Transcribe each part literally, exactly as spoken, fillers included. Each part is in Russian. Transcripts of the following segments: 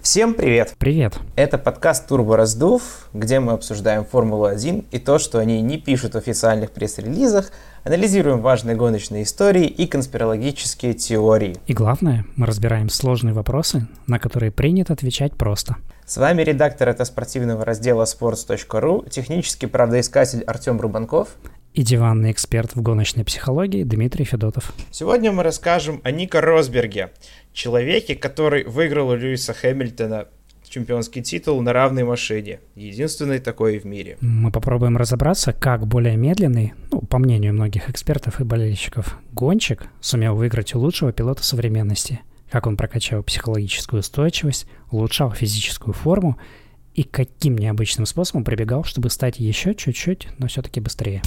Всем привет! Привет! Это подкаст «Турбо Раздув», где мы обсуждаем Формулу один и то, что они не пишут в официальных пресс-релизах, анализируем важные гоночные истории и конспирологические теории. И главное, мы разбираем сложные вопросы, на которые принято отвечать просто. С вами редактор автоспортивного раздела sports точка ru, технический правдоискатель Артем Рубанков и диванный эксперт в гоночной психологии Дмитрий Федотов. Сегодня мы расскажем о Нико Росберге, человеке, который выиграл у Льюиса Хэмилтона чемпионский титул на равной машине, единственный такой в мире. Мы попробуем разобраться, как более медленный, ну, по мнению многих экспертов и болельщиков, гонщик сумел выиграть у лучшего пилота современности, как он прокачал психологическую устойчивость, улучшал физическую форму и каким необычным способом прибегал, чтобы стать еще чуть-чуть, но все-таки быстрее.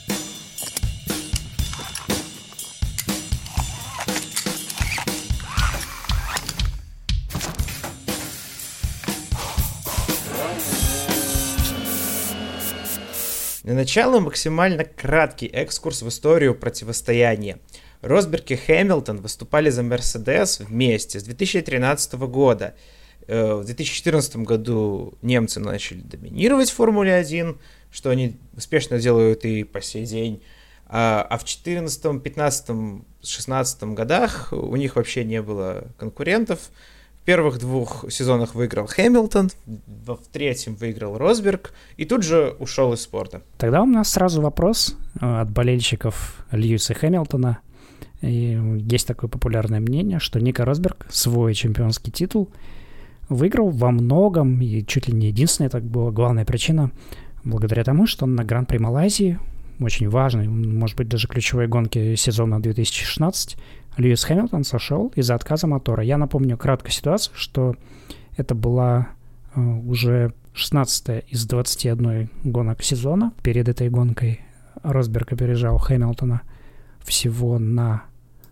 Для начала максимально краткий экскурс в историю противостояния. Росберг и Хэмилтон выступали за Мерседес вместе с две тысячи тринадцатого года. В две тысячи четырнадцатом году немцы начали доминировать в Формуле один, что они успешно делают и по сей день. А в две тысячи четырнадцатом, пятнадцатом, шестнадцатом годах у них вообще не было конкурентов. В первых двух сезонах выиграл Хэмилтон, в третьем выиграл Росберг и тут же ушел из спорта. Тогда у нас сразу вопрос от болельщиков Льюиса Хэмилтона. И есть такое популярное мнение, что Нико Росберг свой чемпионский титул выиграл во многом, и чуть ли не единственная, так была главная причина, благодаря тому, что он на Гран-при Малайзии, очень важной, может быть, даже ключевой гонки сезона две тысячи шестнадцатого, Льюис Хэмилтон сошел из-за отказа мотора. Я напомню краткую ситуацию, что это была э, уже шестнадцатая из двадцати одной гонок сезона. Перед этой гонкой Росберг опережал Хэмилтона всего на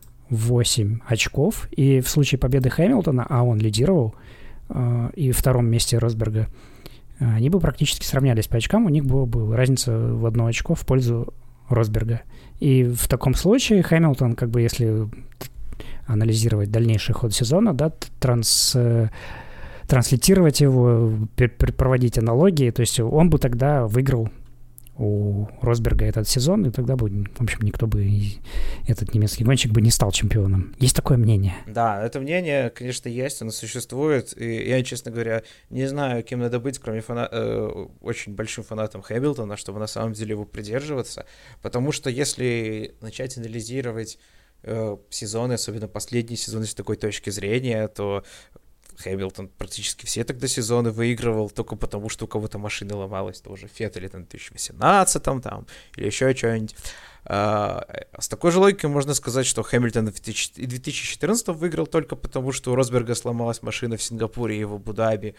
восемь очков. И в случае победы Хэмилтона, а он лидировал, э, и в втором месте Росберга, э, они бы практически сравнялись по очкам. У них была бы разница в одно очко в пользу Росберга. И в таком случае Хэмилтон, как бы если анализировать дальнейший ход сезона, да, транс, транслитировать его, проводить аналогии, то есть он бы тогда выиграл у Росберга этот сезон, и тогда бы, в общем, никто бы, этот немецкий гонщик бы не стал чемпионом. Есть такое мнение? Да, это мнение, конечно, есть, оно существует, и я, честно говоря, не знаю, кем надо быть, кроме фана... э, очень большим фанатом Хэмилтона, чтобы на самом деле его придерживаться, потому что если начать анализировать э, сезоны, особенно последние сезоны с такой точки зрения, то Хэмилтон практически все тогда сезоны выигрывал только потому, что у кого-то машина ломалась, тоже Феттель там в две тысячи восемнадцатом там, или еще что-нибудь. А, с такой же логикой можно сказать, что Хэмилтон в две тысячи четырнадцатом выиграл только потому, что у Росберга сломалась машина в Сингапуре и в Абу-Даби.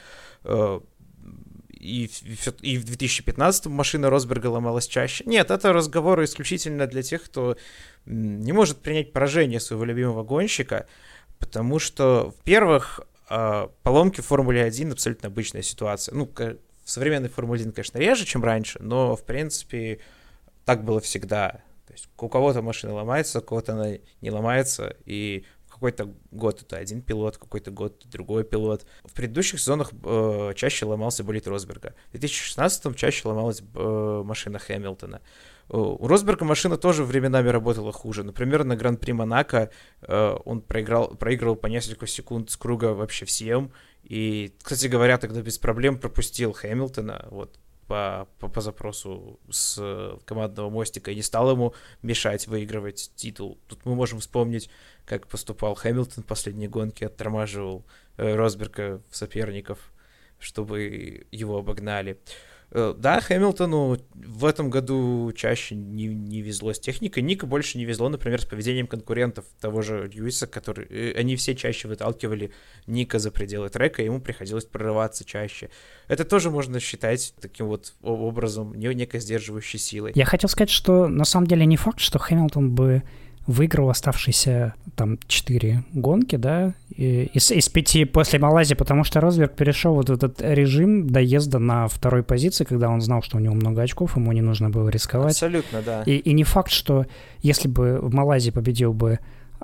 И, и в две тысячи пятнадцатом машина Росберга ломалась чаще. Нет, это разговоры исключительно для тех, кто не может принять поражение своего любимого гонщика, потому что, во-первых, поломки в Формуле один абсолютно обычная ситуация. Ну, в современной Формуле один, конечно, реже, чем раньше, но, в принципе, так было всегда. То есть у кого-то машина ломается, у кого-то она не ломается, и в какой-то год это один пилот, в какой-то год другой пилот. В предыдущих сезонах э, чаще ломался болид Росберга. В две тысячи шестнадцатом чаще ломалась э, машина Хэмилтона. У Росберга машина тоже временами работала хуже. Например, на Гран-при Монако э, он проиграл, проигрывал по несколько секунд с круга вообще всем. И, кстати говоря, тогда без проблем пропустил Хэмилтона вот, по, по, по запросу с командного мостика и не стал ему мешать выигрывать титул. Тут мы можем вспомнить, как поступал Хэмилтон в последней гонке, оттормаживал э, Росберга в соперников, чтобы его обогнали. Да, Хэмилтону в этом году чаще не, не везло с техникой. Нико больше не везло, например, с поведением конкурентов того же Льюиса, который, они все чаще выталкивали Нико за пределы трека, и ему приходилось прорываться чаще. Это тоже можно считать таким вот образом некой сдерживающей силой. Я хотел сказать, что на самом деле не факт, что Хэмилтон бы выиграл оставшиеся там четыре гонки, да, из, из пяти после Малайзии, потому что Росберг перешел вот в этот режим доезда на второй позиции, когда он знал, что у него много очков, ему не нужно было рисковать. Абсолютно, да. И, и не факт, что если бы в Малайзии победил бы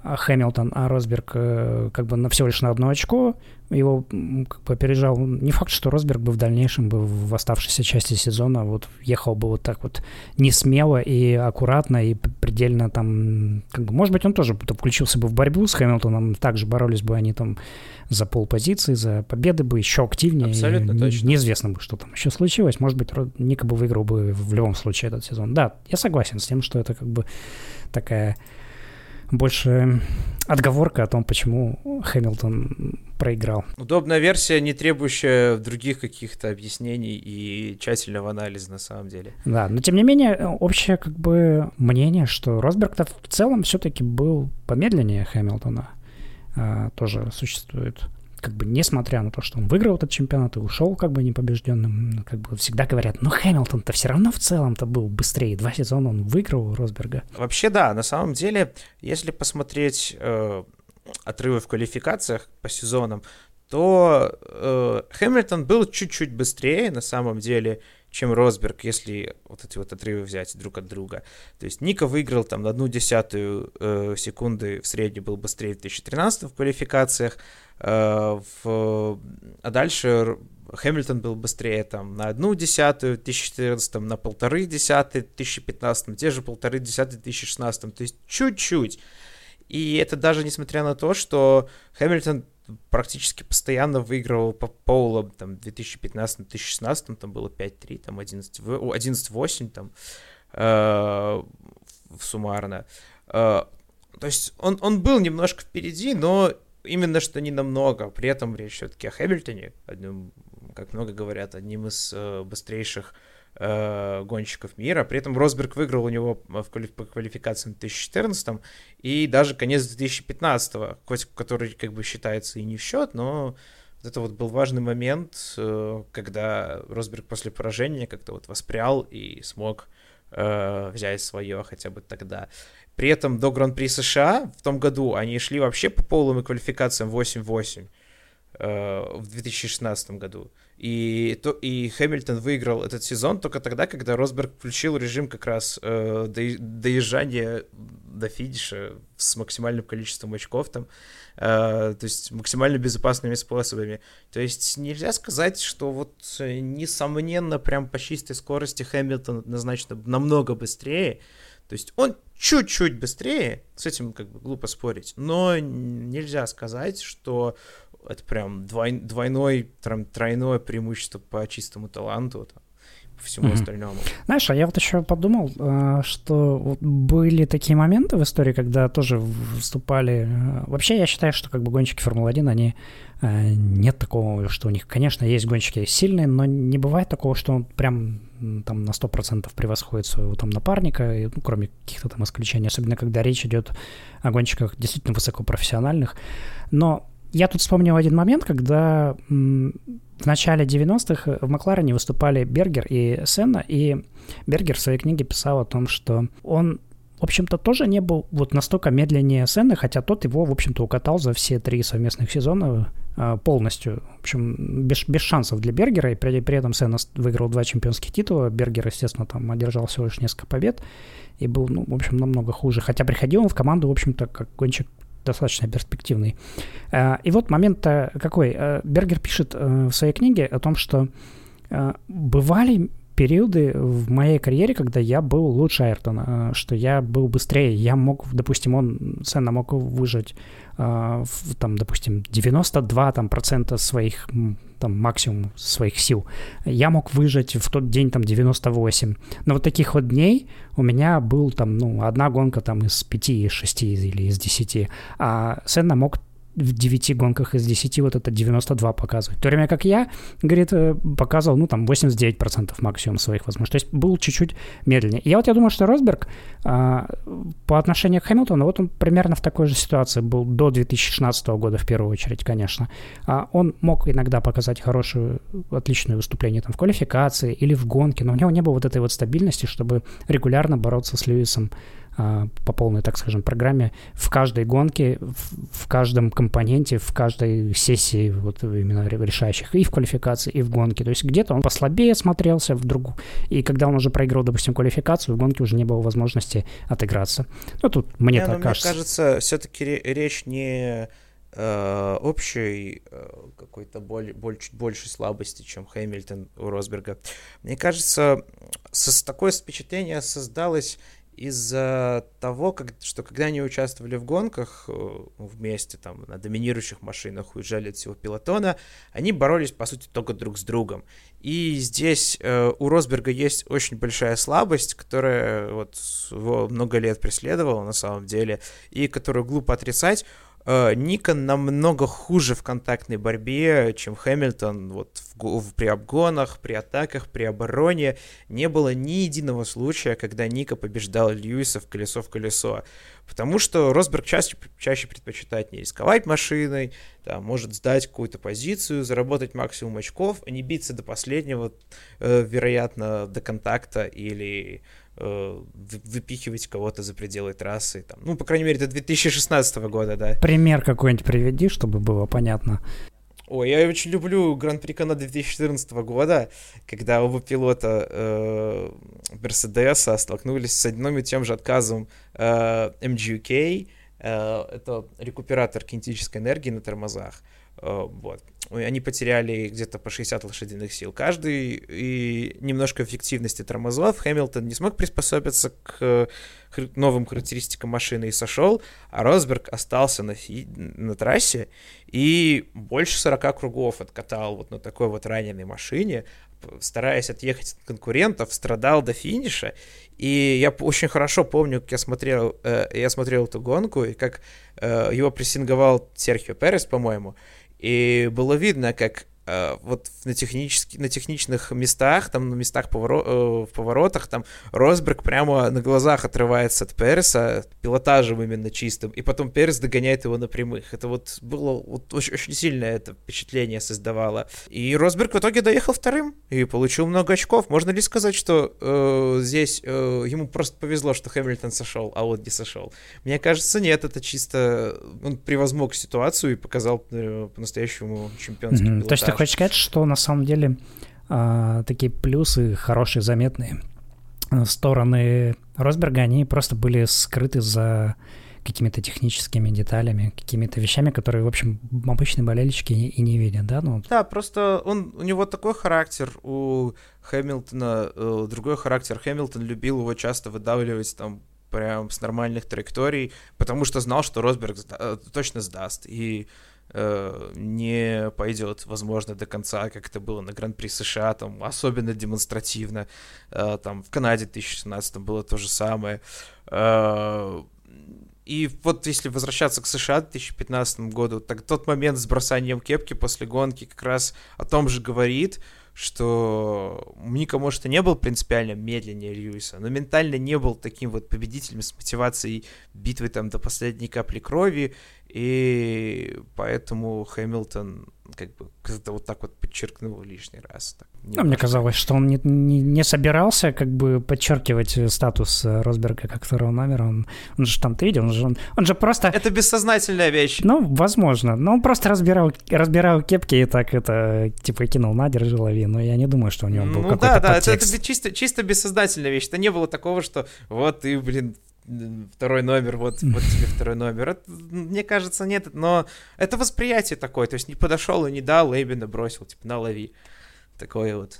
Хэмилтон, а Росберг как бы на всего лишь на одно очко его как бы опережал. Не факт, что Росберг бы в дальнейшем бы в оставшейся части сезона вот ехал бы вот так вот не смело и аккуратно и предельно там, как бы, может быть, он тоже включился бы в борьбу с Хэмилтоном, также боролись бы они там за полпозиции, за победы бы еще активнее. Абсолютно не, точно. Неизвестно бы, что там еще случилось. Может быть, Ника бы выиграл бы в любом случае этот сезон. Да, я согласен с тем, что это как бы такая больше отговорка о том, почему Хэмилтон проиграл. Удобная версия, не требующая других каких-то объяснений и тщательного анализа на самом деле. Да, но тем не менее, общее как бы мнение, что Росберг-то в целом все-таки был помедленнее Хэмилтона, а, тоже существует. Как бы несмотря на то, что он выиграл этот чемпионат и ушел как бы непобежденным, как бы всегда говорят, но Хэмилтон-то все равно в целом-то был быстрее. Два сезона он выиграл у Росберга. Вообще да, на самом деле, если посмотреть э, отрывы в квалификациях по сезонам, то э, Хэмилтон был чуть-чуть быстрее на самом деле, чем Росберг, если вот эти вот отрывы взять друг от друга. То есть Ника выиграл там на одну десятую э, секунды в среднем, был быстрее в две тысячи тринадцатом в квалификациях, э, в, а дальше Хэмилтон был быстрее там на одну десятую в две тысячи четырнадцатом, на полторы десятые в две тысячи пятнадцатом, те же полторы десятые в две тысячи шестнадцатом, то есть чуть-чуть. И это даже несмотря на то, что Хэмилтон практически постоянно выигрывал по полам, там, в две тысячи пятнадцатом - две тысячи шестнадцатом там было пять три, там, одиннадцать восемь, там, э, суммарно. Э, то есть он, он был немножко впереди, но именно что не намного. При этом речь все-таки о Хэмилтоне, одним, как много говорят, одним из э, быстрейших э, гонщиков мира. При этом Росберг выиграл у него в квали- по квалификациям в две тысячи четырнадцатом и даже конец две тысячи пятнадцатого, который как бы считается и не в счет, но вот это вот был важный момент, э, когда Росберг после поражения как-то вот воспрял и смог э, взять свое хотя бы тогда. При этом до Гран-при США в том году они шли вообще по полным и квалификациям восемь восемь э, в две тысячи шестнадцатом году. И, то, и Хэмилтон выиграл этот сезон только тогда, когда Росберг включил режим как раз э, доезжания до финиша с максимальным количеством очков, там, э, то есть максимально безопасными способами. То есть нельзя сказать, что вот несомненно прям по чистой скорости Хэмилтон однозначно намного быстрее. То есть он чуть-чуть быстрее, с этим как бы глупо спорить, но нельзя сказать, что это прям двой, двойное, тройное преимущество по чистому таланту, там, по всему mm-hmm. остальному. Знаешь, а я вот еще подумал, что были такие моменты в истории, когда тоже выступали... Вообще я считаю, что как бы гонщики Формулы один, они... Нет такого, что у них, конечно, есть гонщики сильные, но не бывает такого, что он прям там на сто процентов превосходит своего там напарника, и, ну, кроме каких-то там исключений, особенно когда речь идет о гонщиках действительно высокопрофессиональных. Но я тут вспомнил один момент, когда м, в начале девяностых в Макларене выступали Бергер и Сенна, и Бергер в своей книге писал о том, что он, в общем-то, тоже не был вот настолько медленнее Сенны, хотя тот его, в общем-то, укатал за все три совместных сезона а, полностью. В общем, без, без шансов для Бергера, и при, при этом Сенна выиграл два чемпионских титула, Бергер, естественно, там одержал всего лишь несколько побед и был, ну, в общем, намного хуже. Хотя приходил он в команду, в общем-то, как гонщик достаточно перспективный. И вот момент-то какой. Бергер пишет в своей книге о том, что бывали периоды в моей карьере, когда я был лучше Айртона, что я был быстрее, я мог, допустим, он, Сенна мог выжать, там, допустим, девяносто два там, процента своих, там, максимум своих сил. Я мог выжать в тот день, там, девяносто восемь. Но вот таких вот дней у меня был, там, ну, одна гонка, там, из пяти, из шести или из десяти, а Сенна мог в девяти гонках из десяти вот это девяносто два показывать. В то время как я, говорит, показывал, ну, там, восемьдесят девять процентов максимум своих возможностей. То есть был чуть-чуть медленнее. И я вот я думаю, что Росберг а, по отношению к Хэмилтону, вот он примерно в такой же ситуации был до две тысячи шестнадцатого года, в первую очередь, конечно. А, он мог иногда показать хорошее, отличное выступление там в квалификации или в гонке, но у него не было вот этой вот стабильности, чтобы регулярно бороться с Льюисом по полной, так скажем, программе в каждой гонке, в каждом компоненте, в каждой сессии вот именно решающих и в квалификации, и в гонке. То есть где-то он послабее смотрелся в другу, и когда он уже проиграл, допустим, квалификацию, в гонке уже не было возможности отыграться. Ну, тут мне не, так ну, кажется. Мне кажется, все-таки речь не э, общей э, какой-то боль, боль, чуть большей слабости, чем Хэмилтон у Росберга. Мне кажется, со, такое впечатление создалось из-за того, как, что когда они участвовали в гонках э, вместе, там, на доминирующих машинах, уезжали от всего пелотона, они боролись, по сути, только друг с другом. И здесь э, у Росберга есть очень большая слабость, которая вот его много лет преследовала на самом деле, и которую глупо отрицать. Ника намного хуже в контактной борьбе, чем Хэмилтон. Вот в, в, при обгонах, при атаках, при обороне не было ни единого случая, когда Ника побеждал Льюиса в колесо в колесо. Потому что Росберг чаще, чаще предпочитает не рисковать машиной, там, может сдать какую-то позицию, заработать максимум очков, а не биться до последнего, э, вероятно, до контакта или выпихивать кого-то за пределы трассы. Там. Ну, по крайней мере, до две тысячи шестнадцатого года, да. Пример какой-нибудь приведи, чтобы было понятно. Ой, я очень люблю Гран-при Канады две тысячи четырнадцатого года, когда оба пилота э, Мерседеса столкнулись с одним и тем же отказом э, эм джи ю кей. Э, это рекуператор кинетической энергии на тормозах. Э, вот. Они потеряли где-то по шестьдесят лошадиных сил каждый, и немножко эффективности тормозов. Хэмилтон не смог приспособиться к новым характеристикам машины и сошел, а Росберг остался на, фи- на трассе и больше сорока кругов откатал вот на такой вот раненой машине, стараясь отъехать от конкурентов, страдал до финиша. И я очень хорошо помню, как я смотрел, э, я смотрел эту гонку, и как э, его прессинговал Серхио Перес, по-моему. И было видно, как э, вот на, технически, на техничных местах, там на местах поворо, э, в поворотах, там Росберг прямо на глазах отрывается от Переса, пилотажем именно чистым, и потом Перес догоняет его на прямых. Это вот было вот очень, очень сильное это впечатление создавало. И Росберг в итоге доехал вторым и получил много очков. Можно ли сказать, что э, здесь э, ему просто повезло, что Хэмилтон сошел, а он не сошел? Мне кажется, нет, это чисто он превозмог ситуацию и показал э, по-настоящему чемпионский mm-hmm. пилотаж. То есть ты хочешь сказать, что на самом деле э, такие плюсы хорошие, заметные стороны Росберга, они просто были скрыты за какими-то техническими деталями, какими-то вещами, которые, в общем, обычные болельщики и не видят, да? Ну, да, просто он, у него такой характер, у Хэмилтона э, другой характер. Хэмилтон любил его часто выдавливать там прям с нормальных траекторий, потому что знал, что Росберг сда- точно сдаст и э, не пойдет, возможно, до конца, как это было на Гран-при США, там, особенно демонстративно. Э, там в Канаде в две тысячи шестнадцатом было то же самое. Э, И вот если возвращаться к США в две тысячи пятнадцатому году, так тот момент с бросанием кепки после гонки как раз о том же говорит, что Ника, может, и не был принципиально медленнее Льюиса, но ментально не был таким вот победителем с мотивацией битвы там до последней капли крови, и поэтому Хэмилтон как бы это вот так вот подчеркнул лишний раз. Так, а мне казалось, что он не, не, не собирался как бы подчеркивать статус Росберга как второго номера. Он, он же там, ты видел, он же, он, он же просто... Это бессознательная вещь. Ну, возможно. Но он просто разбирал, разбирал кепки и так это, типа, кинул на, держи, лови. Но я не думаю, что у него был ну, какой-то да, да, подтекст. это, это чисто, чисто бессознательная вещь. Это не было такого, что вот ты, блин, второй номер, вот, вот тебе второй номер. Это, мне кажется, нет, но это восприятие такое, то есть не подошел и не дал, а именно бросил, типа, на, лови. Такое вот.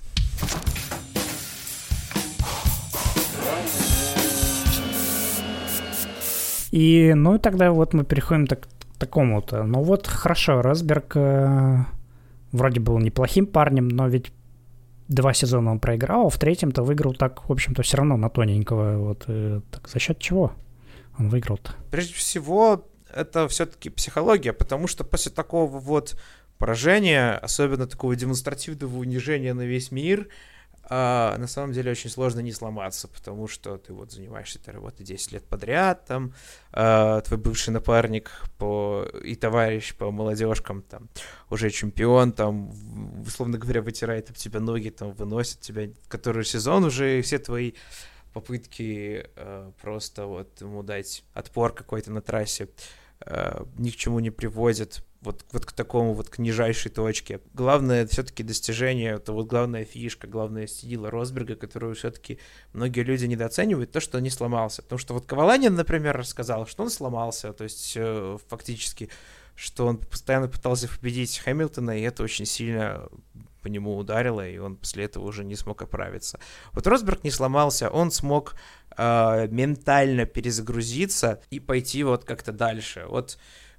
И, ну, тогда вот мы переходим так, к такому-то. Ну вот, хорошо, Росберг э, вроде был неплохим парнем, но ведь два сезона он проиграл, а в третьем-то выиграл так, в общем-то, все равно на тоненького. Вот, э, так за счет чего он выиграл-то? Прежде всего, это все-таки психология, потому что после такого вот поражения, особенно такого демонстративного унижения на весь мир, а, на самом деле очень сложно не сломаться, потому что ты вот занимаешься этой работой десять лет подряд, там, а, твой бывший напарник по, и товарищ по молодежкам, там, уже чемпион, там, условно говоря, вытирает об тебя ноги, там, выносит тебя, который сезон уже, все твои попытки э, просто вот ему дать отпор какой-то на трассе э, ни к чему не приводят. Вот, вот к такому вот, к нижайшей точке. Главное все-таки достижение, это вот главная фишка, главная сила Росберга, которую все-таки многие люди недооценивают, то, что он не сломался. Потому что вот Коваленин, например, рассказал, что он сломался, то есть э, фактически, что он постоянно пытался победить Хэмилтона, и это очень сильно по нему ударило, и он после этого уже не смог оправиться. Вот Росберг не сломался, он смог э, ментально перезагрузиться и пойти вот как-то дальше. Вот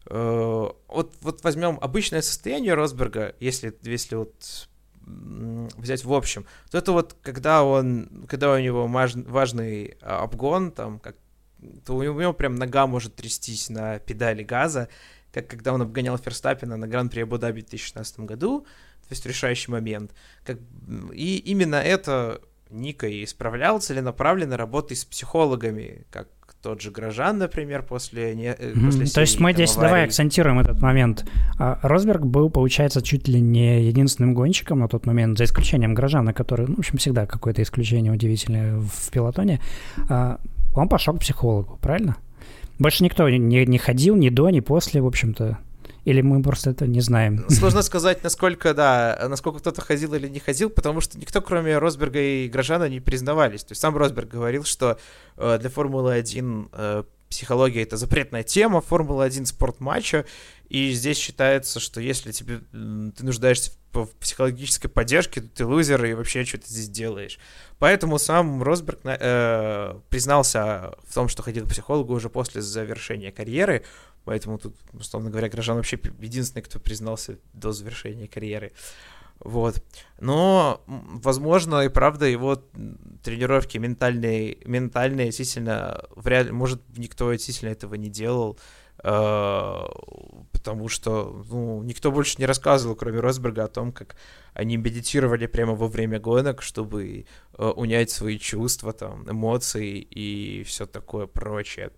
Вот, вот возьмем обычное состояние Росберга, если, если вот взять в общем, то это вот когда он, когда у него маж, важный обгон, там, как, то у него прям нога может трястись на педали газа, как когда он обгонял Ферстаппена на Гран-при Абу-Даби в две тысячи шестнадцатом году, то есть решающий момент. Как, и именно это Ника и исправлял целенаправленно работой с психологами, как тот же Грожан, например, после, не, mm-hmm. после серии, То есть мы здесь аварий. Давай акцентируем этот момент. Росберг был, получается, чуть ли не единственным гонщиком на тот момент, за исключением Грожана, который, ну, в общем, всегда какое-то исключение удивительное в пелотоне. Он пошел к психологу, правильно? Больше никто не, не ходил ни до, ни после, в общем-то. Или мы просто это не знаем? Сложно сказать, насколько, да, насколько кто-то ходил или не ходил, потому что никто, кроме Росберга и Грожана, не признавались. То есть сам Росберг говорил, что э, для Формулы-один э, психология — это запретная тема, Формула-один — спорт матча, и здесь считается, что если тебе, ты нуждаешься в, в психологической поддержке, то ты лузер и вообще что ты здесь делаешь. Поэтому сам Росберг э, признался в том, что ходил к психологу уже после завершения карьеры. Поэтому тут, условно говоря, Грожан вообще единственный, кто признался до завершения карьеры. Вот. Но, возможно, и правда, его тренировки ментальные, ментальные действительно, вряд ли, может, никто действительно этого не делал, э, потому что, ну, никто больше не рассказывал, кроме Росберга, о том, как они медитировали прямо во время гонок, чтобы э, унять свои чувства, там, эмоции и все такое прочее.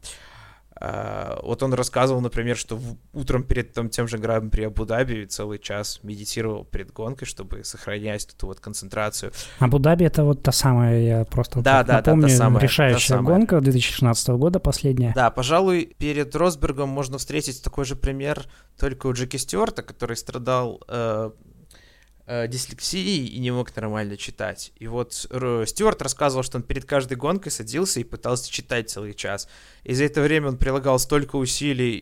Uh, вот он рассказывал, например, что в, утром перед там, тем же Гран-при Абу-Даби целый час медитировал перед гонкой, чтобы сохранять эту вот концентрацию. Абу-Даби — это вот та самая, я просто да, да, напомню, да, самая, решающая гонка две тысячи шестнадцатого года, последняя. Да, пожалуй, перед Росбергом можно встретить такой же пример только у Джеки Стюарта, который страдал э, э, дислексией и не мог нормально читать. И вот Стюарт рассказывал, что он перед каждой гонкой садился и пытался читать целый час. И за это время он прилагал столько усилий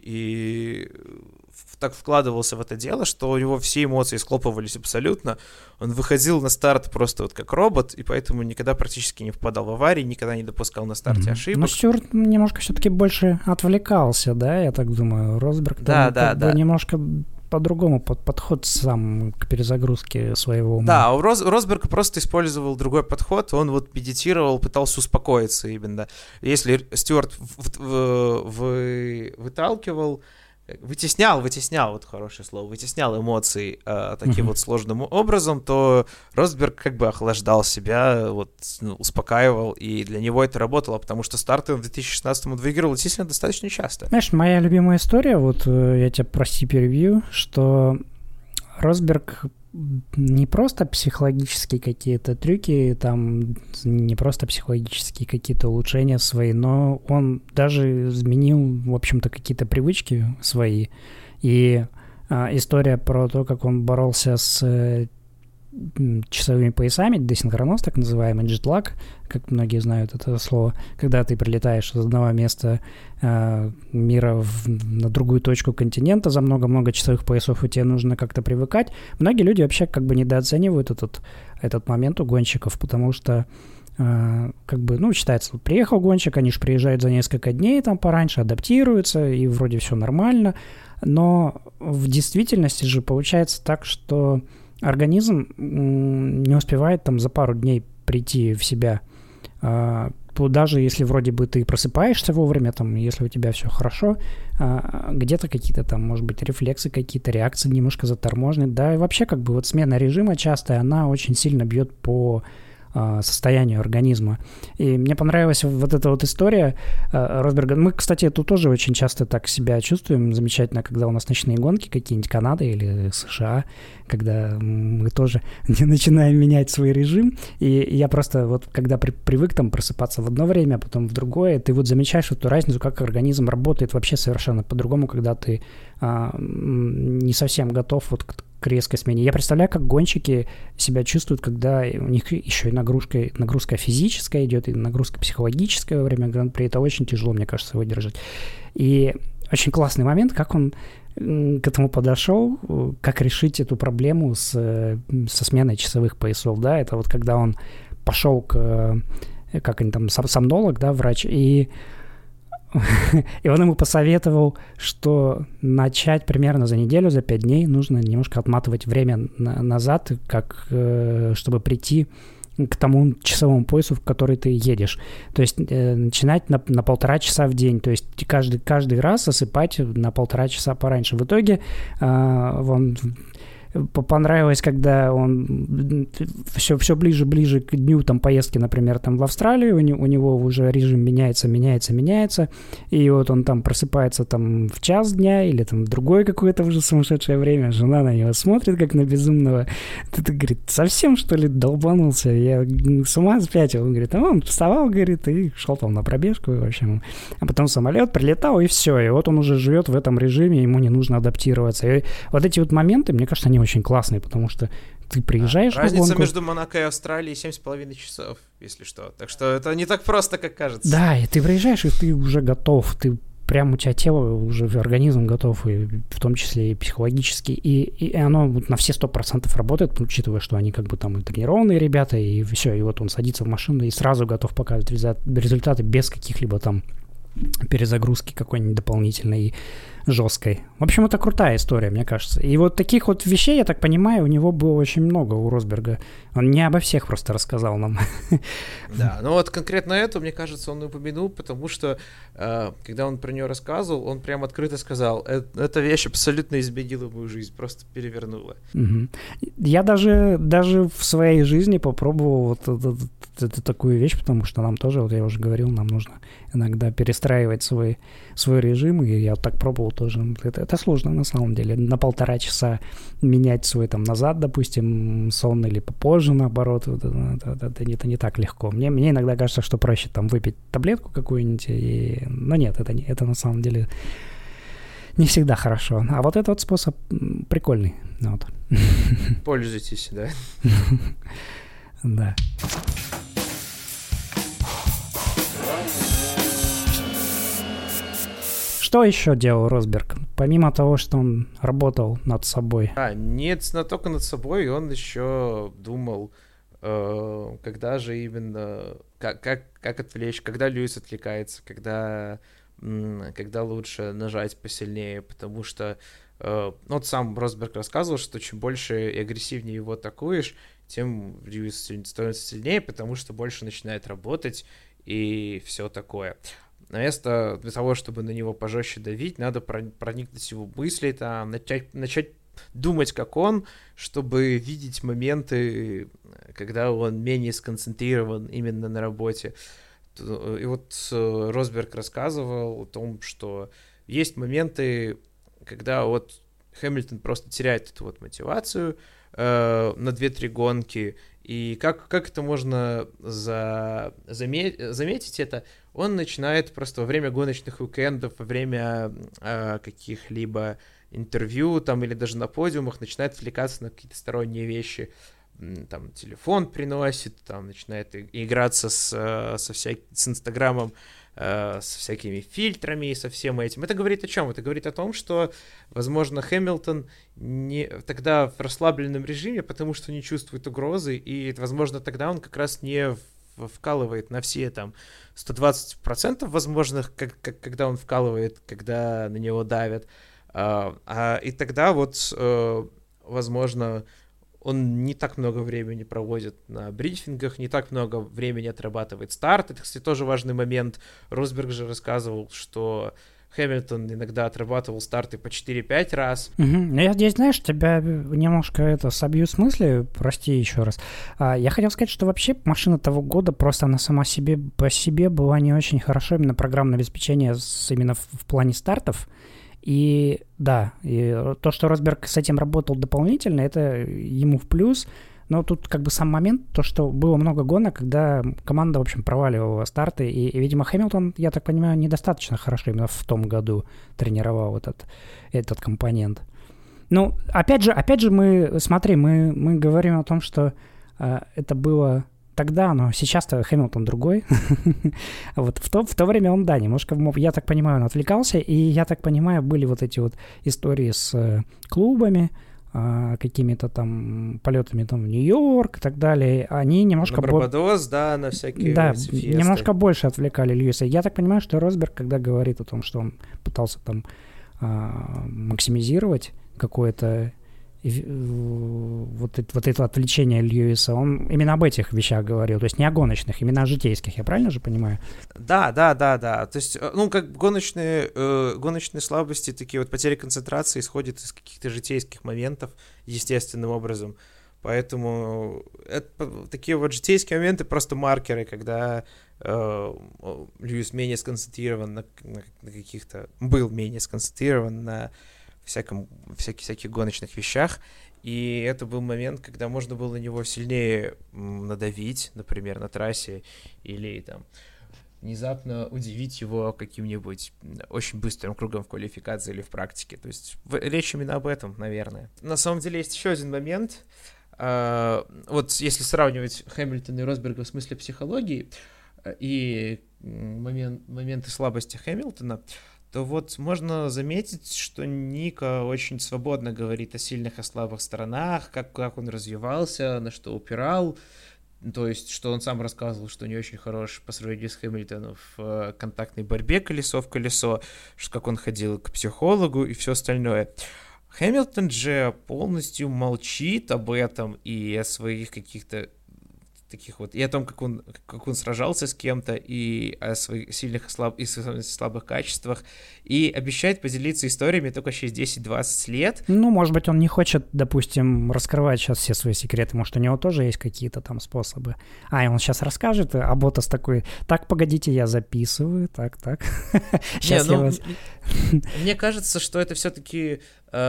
и так вкладывался в это дело, что у него все эмоции схлопывались абсолютно. Он выходил на старт просто вот как робот, и поэтому никогда практически не впадал в аварии, никогда не допускал на старте mm-hmm. ошибок. Но Стюарт немножко все-таки больше отвлекался, да, я так думаю. Росберг да, да, как да. бы немножко по-другому под подход сам к перезагрузке своего ума. Да, у Рос, Росберг просто использовал другой подход, он вот медитировал, пытался успокоиться именно. Если Стюарт в, в, в, выталкивал, вытеснял, вытеснял, вот хорошее слово, вытеснял эмоции э, таким uh-huh. вот сложным образом, то Росберг как бы охлаждал себя, вот, ну, успокаивал, и для него это работало, потому что старты он в две тысячи шестнадцатом он выигрывал действительно достаточно часто. Знаешь, моя любимая история, вот я тебя прости перебью, что Росберг не просто психологические какие-то трюки, там не просто психологические какие-то улучшения свои, но он даже изменил, в общем-то, какие-то привычки свои. И а, история про то, как он боролся с э, часовыми поясами, десинхроноз, так называемый, джетлаг, как многие знают это слово, когда ты прилетаешь из одного места э, мира в, на другую точку континента за много-много часовых поясов, и тебе нужно как-то привыкать. Многие люди вообще как бы недооценивают этот, этот момент у гонщиков, потому что э, как бы, ну, считается, вот приехал гонщик, они же приезжают за несколько дней там пораньше, адаптируются, и вроде все нормально, но в действительности же получается так, что организм не успевает там за пару дней прийти в себя. Даже если вроде бы ты просыпаешься вовремя, там, если у тебя все хорошо, где-то какие-то там, может быть, рефлексы, какие-то реакции немножко заторможены. Да, и вообще как бы вот смена режима частая, она очень сильно бьет по состоянию организма. И мне понравилась вот эта вот история Росберга. Мы, кстати, тут тоже очень часто так себя чувствуем замечательно, когда у нас ночные гонки какие-нибудь Канады или США, когда мы тоже начинаем менять свой режим. И я просто вот когда при, привык там просыпаться в одно время, а потом в другое, ты вот замечаешь эту разницу, как организм работает вообще совершенно по-другому, когда ты а, не совсем готов вот к к резкой смене. Я представляю, как гонщики себя чувствуют, когда у них еще и нагрузка, нагрузка физическая идет, и нагрузка психологическая во время гран-при. Это очень тяжело, мне кажется, выдержать. И очень классный момент, как он к этому подошел, как решить эту проблему с, со сменой часовых поясов. Да? Это вот когда он пошел к, как они там, сомнолог, да, врач, и И он ему посоветовал, что начать примерно за неделю, за пять дней нужно немножко отматывать время на- назад, как, э, чтобы прийти к тому часовому поясу, в который ты едешь. То есть э, начинать на, на полтора часа в день. То есть каждый, каждый раз засыпать на полтора часа пораньше. В итоге э, он... понравилось, когда он все, все ближе-ближе к дню там, поездки, например, там, в Австралию, у, не, у него уже режим меняется, меняется, меняется, и вот он там просыпается там в час дня или там в другое какое-то уже сумасшедшее время, жена на него смотрит, как на безумного, ты, говорит, совсем, что ли, долбанулся? Я с ума спятил. Он говорит, а он вставал, говорит, и шел там на пробежку, в общем. А потом самолет прилетал, и все, и вот он уже живет в этом режиме, ему не нужно адаптироваться. И вот эти вот моменты, мне кажется, они очень классные, потому что ты приезжаешь а, на разница гонку... между Монако и Австралией семь с половиной часов, если что. Так что это не так просто, как кажется. Да, и ты приезжаешь, и ты уже готов, ты прям у тебя тело, уже организм готов, и в том числе и психологически, и, и оно вот на все сто процентов работает, учитывая, что они как бы там и тренированные ребята, и все, и вот он садится в машину и сразу готов показывать результаты без каких-либо там перезагрузки какой-нибудь дополнительной и жесткой. В общем, это крутая история, мне кажется. И вот таких вот вещей, я так понимаю, у него было очень много, у Росберга. Он не обо всех просто рассказал нам. Да, ну вот конкретно это, мне кажется, он упомянул, потому что, э, когда он про нее рассказывал, он прям открыто сказал, э- эта вещь абсолютно изменила мою жизнь, просто перевернула. Угу. Я даже, даже в своей жизни попробовал вот эту, эту такую вещь, потому что нам тоже, вот я уже говорил, нам нужно иногда перестраивать свой, свой режим, и я вот так пробовал тоже. Это, это сложно на самом деле. На полтора часа менять свой там назад, допустим, сон или попозже, наоборот. Это, это, это, это не так легко. Мне, мне иногда кажется, что проще там выпить таблетку какую-нибудь, и... но нет, это, не, это на самом деле не всегда хорошо. А вот этот вот способ прикольный. Вот. Пользуйтесь, да. Да. Что еще делал Росберг? Помимо того, что он работал над собой. А, нет, не только над собой, он еще думал, э, когда же именно, как, как, как отвлечь, когда Льюис отвлекается, когда, м, когда лучше нажать посильнее, потому что, э, вот сам Росберг рассказывал, что чем больше и агрессивнее его атакуешь, тем Льюис становится сильнее, потому что больше начинает работать и все такое. Вместо для того, чтобы на него пожестче давить, надо проникнуть в его мысли, там, начать, начать думать, как он, чтобы видеть моменты, когда он менее сконцентрирован именно на работе. И вот Росберг рассказывал о том, что есть моменты, когда вот Хэмилтон просто теряет эту вот мотивацию э, на две-три гонки, и как, как это можно за, заметь, заметить это? Он начинает просто во время гоночных уикендов, во время э, каких-либо интервью там, или даже на подиумах начинает отвлекаться на какие-то сторонние вещи. Там телефон приносит, там начинает играться с, со всяк... с Инстаграмом, э, со всякими фильтрами и со всем этим. Это говорит о чем? Это говорит о том, что, возможно, Хэмилтон не... тогда в расслабленном режиме, потому что не чувствует угрозы, и, возможно, тогда он как раз не вкалывает на все там сто двадцать процентов возможных, как, как, когда он вкалывает, когда на него давят. А, а, и тогда вот, э, возможно, он не так много времени проводит на брифингах, не так много времени отрабатывает старт. Это, кстати, тоже важный момент. Росберг же рассказывал, что Хэмилтон иногда отрабатывал старты по четыре-пять раз. Угу. Я здесь, знаешь, тебя немножко это собью с мысли, прости еще раз. А, я хотел сказать, что вообще машина того года просто она сама себе по себе была не очень хорошо, именно программное обеспечение с, именно в, в плане стартов. И да, и то, что Росберг с этим работал дополнительно, это ему в плюс. Но тут как бы сам момент, то, что было много гонок, когда команда, в общем, проваливала старты, и, и видимо, Хэмилтон, я так понимаю, недостаточно хорошо именно в том году тренировал этот, этот компонент. Ну, опять же, опять же, мы, смотри, мы, мы говорим о том, что э, это было тогда, но сейчас-то Хэмилтон другой. Вот в то, в то время он, да, немножко, я так понимаю, он отвлекался, и я так понимаю, были вот эти вот истории с э, клубами, какими-то там полетами там в Нью-Йорк и так далее, они немножко... На Барбадос, бо... да, на всякие... Да, немножко больше отвлекали Льюиса. Я так понимаю, что Росберг, когда говорит о том, что он пытался там а, максимизировать какое-то вот, это, вот это отвлечение Льюиса, он именно об этих вещах говорил, то есть не о гоночных, именно о житейских, я правильно же понимаю? Да, да, да, да, то есть, ну, как гоночные, э, гоночные слабости, такие вот потери концентрации исходят из каких-то житейских моментов естественным образом, поэтому это, такие вот житейские моменты просто маркеры, когда э, Льюис менее сконцентрирован на, на, на каких-то, был менее сконцентрирован на всяком, всяких, всяких гоночных вещах, и это был момент, когда можно было на него сильнее надавить, например, на трассе, или там внезапно удивить его каким-нибудь очень быстрым кругом в квалификации или в практике. То есть в, речь именно об этом, наверное. На самом деле есть еще один момент. А, вот если сравнивать Хэмилтона и Росберга в смысле психологии и момент, моменты слабости Хэмилтона, то вот можно заметить, что Ника очень свободно говорит о сильных и слабых сторонах, как, как он развивался, на что упирал. То есть, что он сам рассказывал, что не очень хорош по сравнению с Хэмилтоном в контактной борьбе колесо в колесо, что как он ходил к психологу и все остальное. Хэмилтон же полностью молчит об этом и о своих каких-то таких вот, и о том, как он, как он сражался с кем-то, и о своих сильных и, слаб, и слабых качествах, и обещает поделиться историями только через десять-двадцать лет. Ну, может быть, он не хочет, допустим, раскрывать сейчас все свои секреты, может, у него тоже есть какие-то там способы. А, и он сейчас расскажет, а Ботас такой, так, погодите, я записываю, так, так. Сейчас я вас... Мне кажется, что это все-таки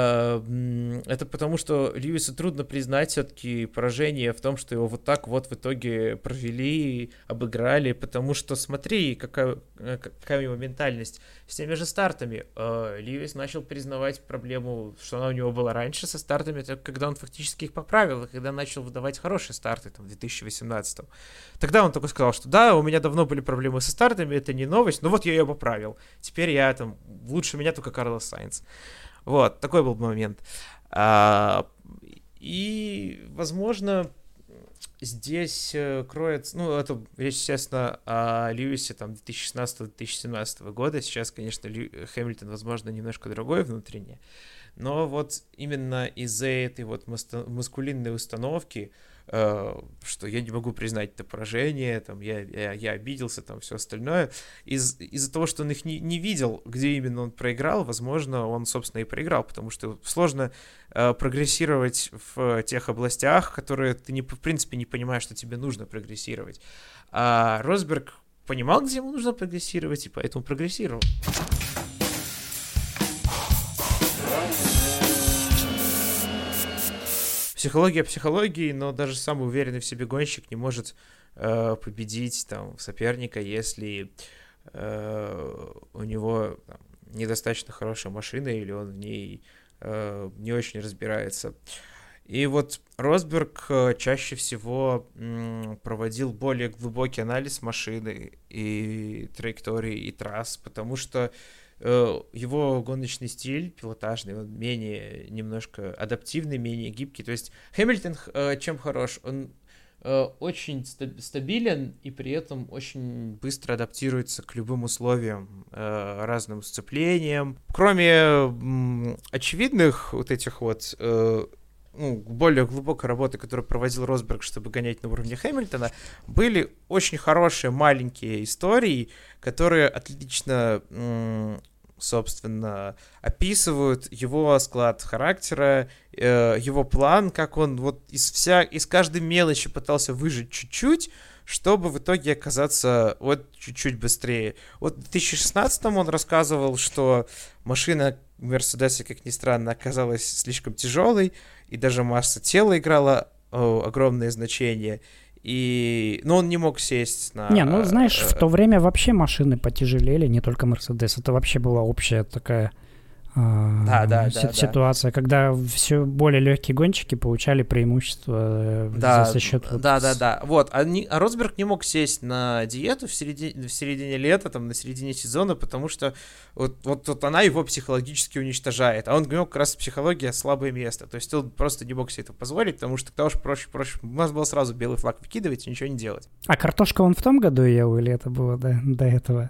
это потому, что Льюису трудно признать все-таки поражение в том, что его вот так вот в итоге провели, обыграли, потому что смотри, какая, какая у него ментальность. С теми же стартами Льюис начал признавать проблему, что она у него была раньше со стартами, когда он фактически их поправил, и когда начал выдавать хорошие старты там, в две тысячи восемнадцатом. Тогда он только сказал, что да, у меня давно были проблемы со стартами, это не новость, но вот я ее поправил. Теперь я там, лучше меня только Карлос Сайнц. Вот, такой был момент. А, и, возможно, здесь кроется... Ну, это речь, естественно, о Льюисе там две тысячи шестнадцатого - две тысячи семнадцатого года. Сейчас, конечно, Лью... Хэмилтон, возможно, немножко другой внутренне. Но вот именно из-за этой вот маскулинной установки, э, что я не могу признать это поражение, там, я, я, я обиделся, там, все остальное, из- из-за того, что он их не, не видел, где именно он проиграл, возможно, он, собственно, и проиграл, потому что сложно э, прогрессировать в тех областях, которые ты, не, в принципе, не понимаешь, что тебе нужно прогрессировать. А Росберг понимал, где ему нужно прогрессировать, и поэтому прогрессировал. Психология психологии, но даже самый уверенный в себе гонщик не может э, победить там, соперника, если э, у него там, недостаточно хорошая машина или он в ней э, не очень разбирается. И вот Росберг э, чаще всего м, проводил более глубокий анализ машины и траектории, и трасс, потому что его гоночный стиль пилотажный, он менее немножко адаптивный, менее гибкий. То есть Хэмилтон чем хорош? Он очень стабилен и при этом очень быстро адаптируется к любым условиям, разным сцеплениям. Кроме очевидных вот этих вот ну, более глубокой работы, которую проводил Росберг, чтобы гонять на уровне Хэмилтона, были очень хорошие маленькие истории, которые отлично м- собственно, описывают его склад характера, э, его план, как он вот из, вся, из каждой мелочи пытался выжить чуть-чуть, чтобы в итоге оказаться вот чуть-чуть быстрее. Вот в две тысячи шестнадцатом он рассказывал, что машина в Мерседесе, как ни странно, оказалась слишком тяжелой, и даже масса тела играла о, огромное значение. И... Но он не мог сесть на... Не, ну знаешь, в то время вообще машины потяжелели, не только Мерседес. Это вообще была общая такая да, да, си- да, ситуация, да. когда все более легкие гонщики получали преимущество да, за, за счет... Да, вот да, с... да, да. Вот. А, не, а Росберг не мог сесть на диету в середине, в середине лета, там, на середине сезона, потому что вот, вот, вот она его психологически уничтожает. А он говорил, как раз психология слабое место. То есть он просто не мог себе это позволить, потому что тогда уж проще, проще. У нас было сразу белый флаг выкидывать и ничего не делать. А картошка он в том году ел или это было до, до этого?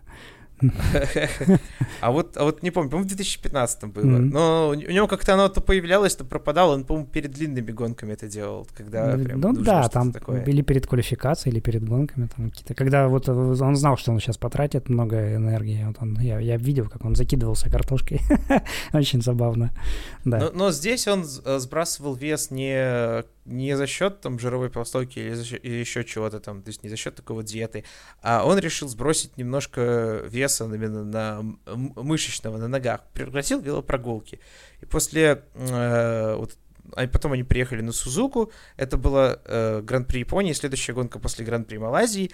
А вот, а вот не помню, по-моему, в две тысячи пятнадцатом было. Mm-hmm. Но у него как-то оно то появлялось, то пропадало. Он, по-моему, перед длинными гонками это делал, когда прям ну да, там такое. Или перед квалификацией, или перед гонками там какие-то. Когда вот он знал, что он сейчас потратит много энергии. Вот он, я, я видел, как он закидывался картошкой. Очень забавно. Да. Но, но здесь он сбрасывал вес не, не за счет там жировой прослойки или, за счет, или еще чего-то там, то есть не за счет такой вот диеты, а он решил сбросить немножко веса именно на мышечного на ногах, прекратил велопрогулки. И после э, вот, а потом они приехали на Сузуку, это было э, Гран-при Японии, следующая гонка после Гран-при Малайзии,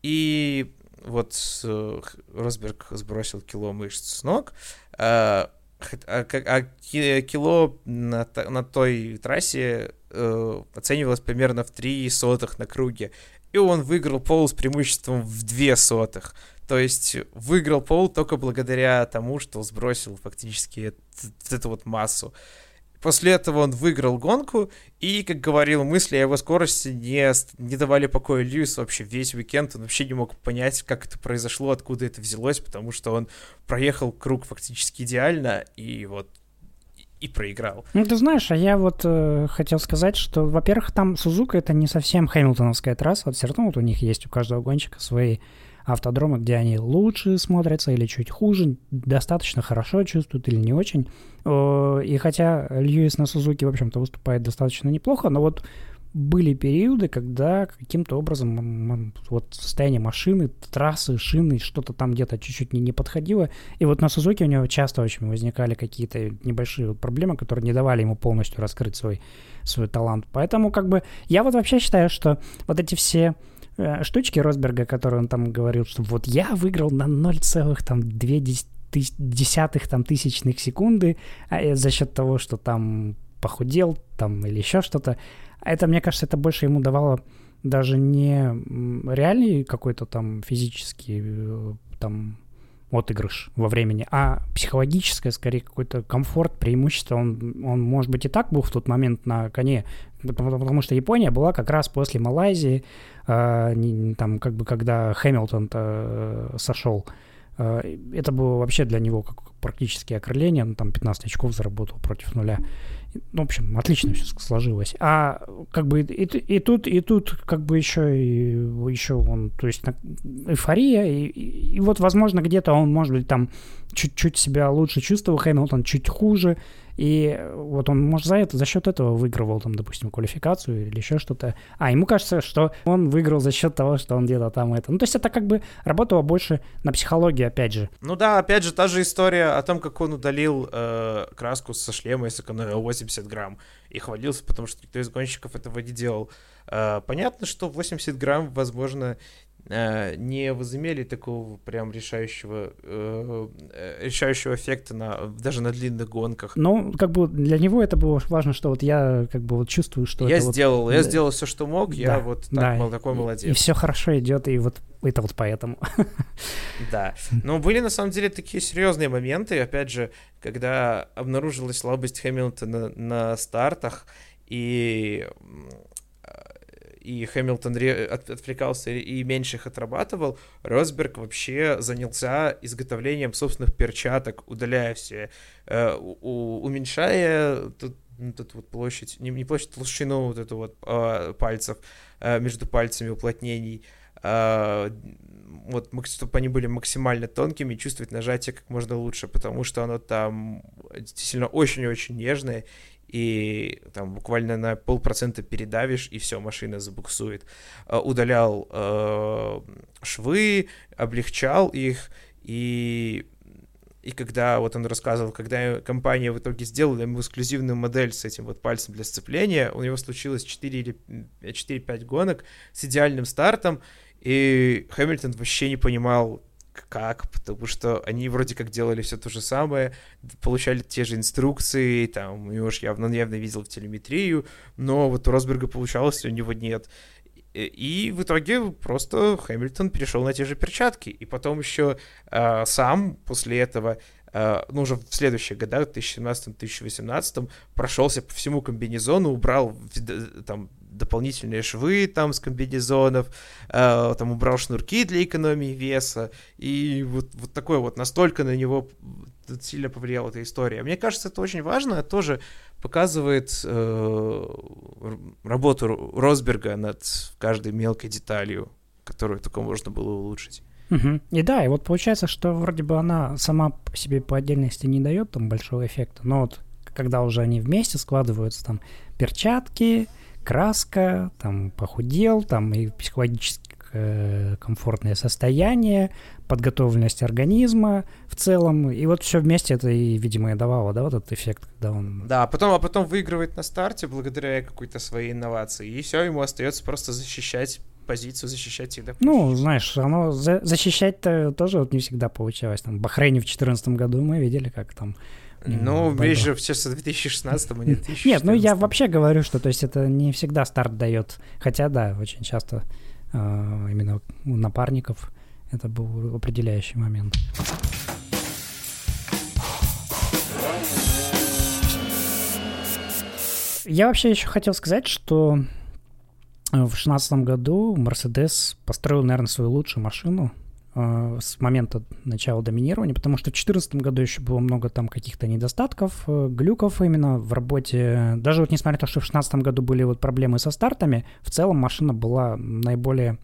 и вот э, Росберг сбросил кило мышц с ног, э, а, а кило на, на той трассе э, оценивалось примерно в три сотых на круге, и он выиграл пол с преимуществом в две сотых. То есть выиграл пол только благодаря тому, что сбросил фактически эту, эту вот массу. После этого он выиграл гонку, и, как говорил, мысли о его скорости не, не давали покоя Льюису вообще весь уикенд. Он вообще не мог понять, как это произошло, откуда это взялось, потому что он проехал круг фактически идеально, и вот и проиграл. Ну, ты знаешь, а я вот э, хотел сказать, что, во-первых, там Сузука — это не совсем хэмилтоновская трасса, вот все равно вот у них есть у каждого гонщика свои автодромы, где они лучше смотрятся или чуть хуже, достаточно хорошо чувствуют или не очень. И хотя Льюис на Сузуке, в общем-то, выступает достаточно неплохо, но вот были периоды, когда каким-то образом вот состояние машины, трассы, шины, что-то там где-то чуть-чуть не, не подходило. И вот на Сузуке у него часто очень возникали какие-то небольшие вот проблемы, которые не давали ему полностью раскрыть свой, свой талант. Поэтому как бы я вот вообще считаю, что вот эти все штучки Росберга, которые он там говорил, что вот я выиграл на ноль целых две десятых там, тысячных секунды а за счет того, что там похудел там, или еще что-то. Это, мне кажется, это больше ему давало даже не реальный какой-то там физический там отыгрыш во времени, а психологическое, скорее, какой-то комфорт, преимущество. Он, он, может быть, и так был в тот момент на коне, потому, потому что Япония была как раз после Малайзии, э, не, там, как бы, когда Хэмилтон-то э, сошел. Э, это было вообще для него как практически окрыление, он там пятнадцать очков заработал против нуля. Ну, в общем, отлично все сложилось. А как бы и, и тут, и тут как бы еще, и, еще он, то есть эйфория, и, и, и вот, возможно, где-то он, может быть, там чуть-чуть себя лучше чувствовал, Хэмилтон чуть хуже, и вот он, может, за это, за счет этого выигрывал, там, допустим, квалификацию или еще что-то. А ему кажется, что он выиграл за счет того, что он где-то там это. Ну, то есть это как бы работало больше на психологии, опять же. Ну да, опять же, та же история о том, как он удалил э, краску со шлема и сэкономил восемьдесят грамм и хвалился, потому что никто из гонщиков этого не делал. Э, понятно, что восемьдесят грамм, возможно, не возымели такого прям решающего э, решающего эффекта на, даже на длинных гонках. Ну, как бы для него это было важно, что вот я как бы вот чувствую, что я это сделал, вот... я сделал все, что мог, да, я вот так, да, мол, такой молодец. И, и все хорошо идет, и вот это вот поэтому. Да, но были на самом деле такие серьезные моменты, опять же, когда обнаружилась слабость Хэмилтона на стартах, и и Хэмилтон отвлекался и меньше их отрабатывал, Росберг вообще занялся изготовлением собственных перчаток, удаляя все, э, у, уменьшая тут, тут вот площадь, не, не площадь, толщину вот эту вот э, пальцев, э, между пальцами уплотнений, э, вот, чтобы они были максимально тонкими, чувствовать нажатие как можно лучше, потому что оно там действительно очень-очень нежное, и там буквально на полпроцента передавишь, и все, машина забуксует. Удалял э, швы, облегчал их, и, и когда, вот он рассказывал, когда компания в итоге сделала ему эксклюзивную модель с этим вот пальцем для сцепления, у него случилось четыре-пять гонок с идеальным стартом, и Хэмилтон вообще не понимал, как, потому что они вроде как делали все то же самое, получали те же инструкции, там, его ж явно, он явно видел в телеметрию, но вот у Росберга получалось, у него нет. И в итоге просто Хэмилтон перешел на те же перчатки, и потом еще э, сам после этого, э, ну, уже в следующих годах, в две тысячи семнадцатом — две тысячи восемнадцатом, прошелся по всему комбинезону, убрал там дополнительные швы там с комбинезонов, э, там убрал шнурки для экономии веса, и вот, вот такое вот, настолько на него сильно повлияла эта история. Мне кажется, это очень важно, тоже показывает э, работу Росберга над каждой мелкой деталью, которую только можно было улучшить. Угу. И да, и вот получается, что вроде бы она сама по себе по отдельности не дает там большого эффекта, но вот когда уже они вместе складываются, там перчатки, краска, там похудел, там и психологически э, комфортное состояние, подготовленность организма в целом, и вот все вместе это и, видимо, и давало, да, вот этот эффект, когда он... Да, потом, а потом выигрывает на старте благодаря какой-то своей инновации, и все, ему остается просто защищать позицию, защищать всегда. Ну, знаешь, оно за- защищать-то тоже вот не всегда получалось. Там в Бахрейне в две тысячи четырнадцатом году мы видели, как там... Ну, речь же сейчас о две тысячи шестнадцатом, а не две тысячи четырнадцатом. Нет, ну я вообще говорю, что то есть это не всегда старт дает. Хотя, да, очень часто э, именно у напарников это был определяющий момент. Я вообще еще хотел сказать, что в шестнадцатом году Mercedes построил, наверное, свою лучшую машину с момента начала доминирования, потому что в две тысячи четырнадцатом году еще было много там каких-то недостатков, глюков именно в работе. Даже вот несмотря на то, что в две тысячи шестнадцатом году были вот проблемы со стартами, в целом машина была наиболее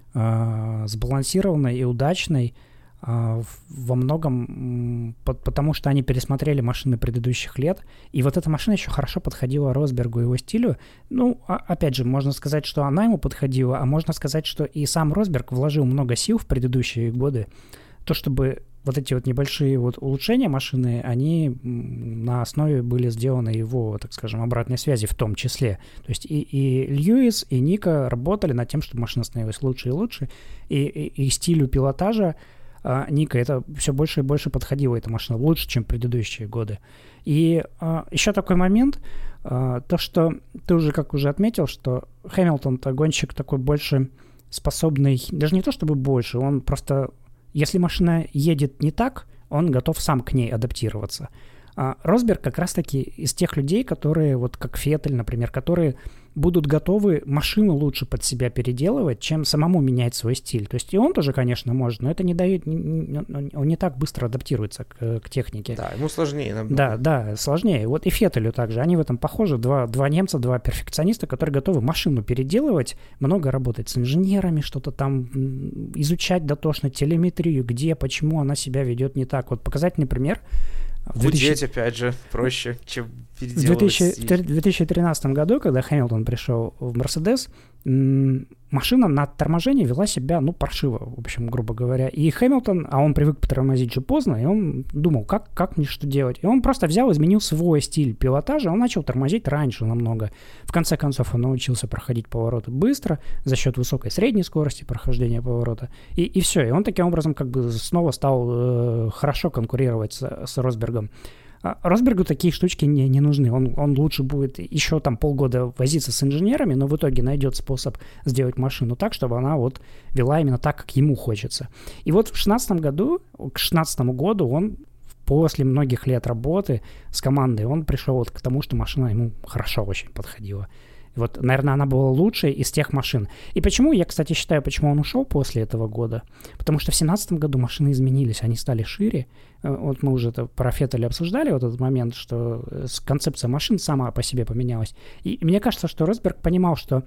э, сбалансированной и удачной э, во многом, по- потому что они пересмотрели машины предыдущих лет, и вот эта машина еще хорошо подходила Росбергу и его стилю. Ну, а, опять же, можно сказать, что она ему подходила, а можно сказать, что и сам Росберг вложил много сил в предыдущие годы, то, чтобы вот эти вот небольшие вот улучшения машины, они на основе были сделаны его, так скажем, обратной связи в том числе. То есть и, и Льюис, и Ника работали над тем, чтобы машина становилась лучше и лучше, и, и, и стилю пилотажа а, Ника это все больше и больше подходила эта машина, лучше, чем предыдущие годы. И а, еще такой момент, а, то, что ты уже, как уже отметил, что Хэмилтон-то гонщик такой больше способный, даже не то чтобы больше, он просто... Если машина едет не так, он готов сам к ней адаптироваться. А Росберг как раз-таки из тех людей, которые, вот как Феттель, например, которые будут готовы машину лучше под себя переделывать, чем самому менять свой стиль. То есть и он тоже, конечно, может, но это не дает, он не так быстро адаптируется к, к технике. Да, ему сложнее намного. Да, да, сложнее. Вот и Феттелю также. Они в этом похожи. Два, два немца, два перфекциониста, которые готовы машину переделывать, много работать с инженерами, что-то там изучать дотошно телеметрию, где, почему она себя ведет не так. Вот показательный пример. Гудеть, опять же, проще, чем переделывать стиль. В две тысячи тринадцатом году, когда Хэмилтон пришел в Мерседес, машина на торможении вела себя, ну, паршиво, в общем, грубо говоря. И Хэмилтон, а он привык тормозить же поздно, и он думал, как, как мне что делать. И он просто взял, изменил свой стиль пилотажа, он начал тормозить раньше намного. В конце концов, он научился проходить повороты быстро за счет высокой средней скорости прохождения поворота. И, и все, и он таким образом как бы снова стал э, хорошо конкурировать с, с Росбергом. А Росбергу такие штучки не, не нужны. Он, он лучше будет еще там полгода возиться с инженерами, но в итоге найдет способ сделать машину так, чтобы она вот вела именно так, как ему хочется. И вот в шестнадцатом году, к шестнадцатому году он после многих лет работы с командой, он пришел вот к тому, что машина ему хорошо очень подходила. И вот, наверное, она была лучшей из тех машин. И почему, я, кстати, считаю, почему он ушел после этого года? Потому что в семнадцатом году машины изменились, они стали шире. Вот мы уже это про Феттеля обсуждали, вот этот момент, что концепция машин сама по себе поменялась. И мне кажется, что Росберг понимал, что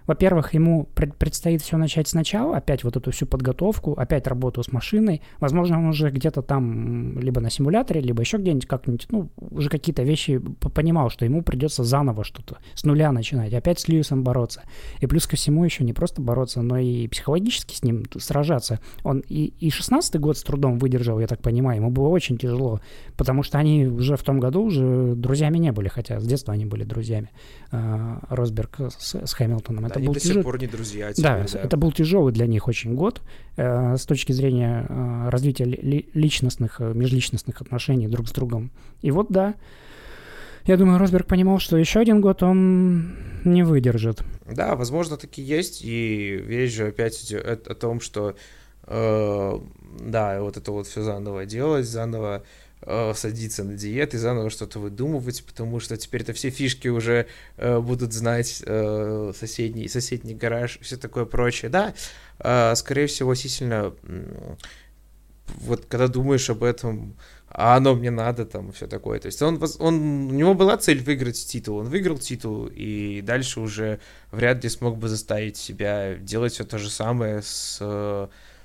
во-первых, ему пред, предстоит все начать сначала, опять вот эту всю подготовку, опять работу с машиной. Возможно, он уже где-то там либо на симуляторе, либо еще где-нибудь как-нибудь, ну, уже какие-то вещи понимал, что ему придется заново что-то с нуля начинать, опять с Льюисом бороться. И плюс ко всему еще не просто бороться, но и психологически с ним сражаться. Он и, и шестнадцатый год с трудом выдержал, я так понимаю, ему было очень тяжело, потому что они уже в том году уже друзьями не были, хотя с детства они были друзьями. Росберг с, с Хэмилтоном. Да, это они был до тяж... сих пор не друзья. Теперь, да, да, это был тяжелый для них очень год э, с точки зрения э, развития ли, личностных, межличностных отношений друг с другом. И вот, да, я думаю, Росберг понимал, что еще один год он не выдержит. Да, возможно, таки есть. И речь же опять о, о том, что э, да, вот это вот все заново делать, заново э, садиться на диеты, заново что-то выдумывать, потому что теперь это все фишки уже э, будут знать э, соседний, соседний гараж и все такое прочее. Да, э, скорее всего, сильно э, вот когда думаешь об этом, а оно мне надо, там, все такое. То есть он, он, у него была цель выиграть титул, он выиграл титул, и дальше уже вряд ли смог бы заставить себя делать все то же самое с,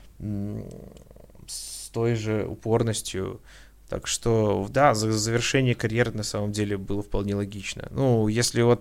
с той же упорностью. Так что, да, завершение карьеры на самом деле было вполне логично. Ну, если вот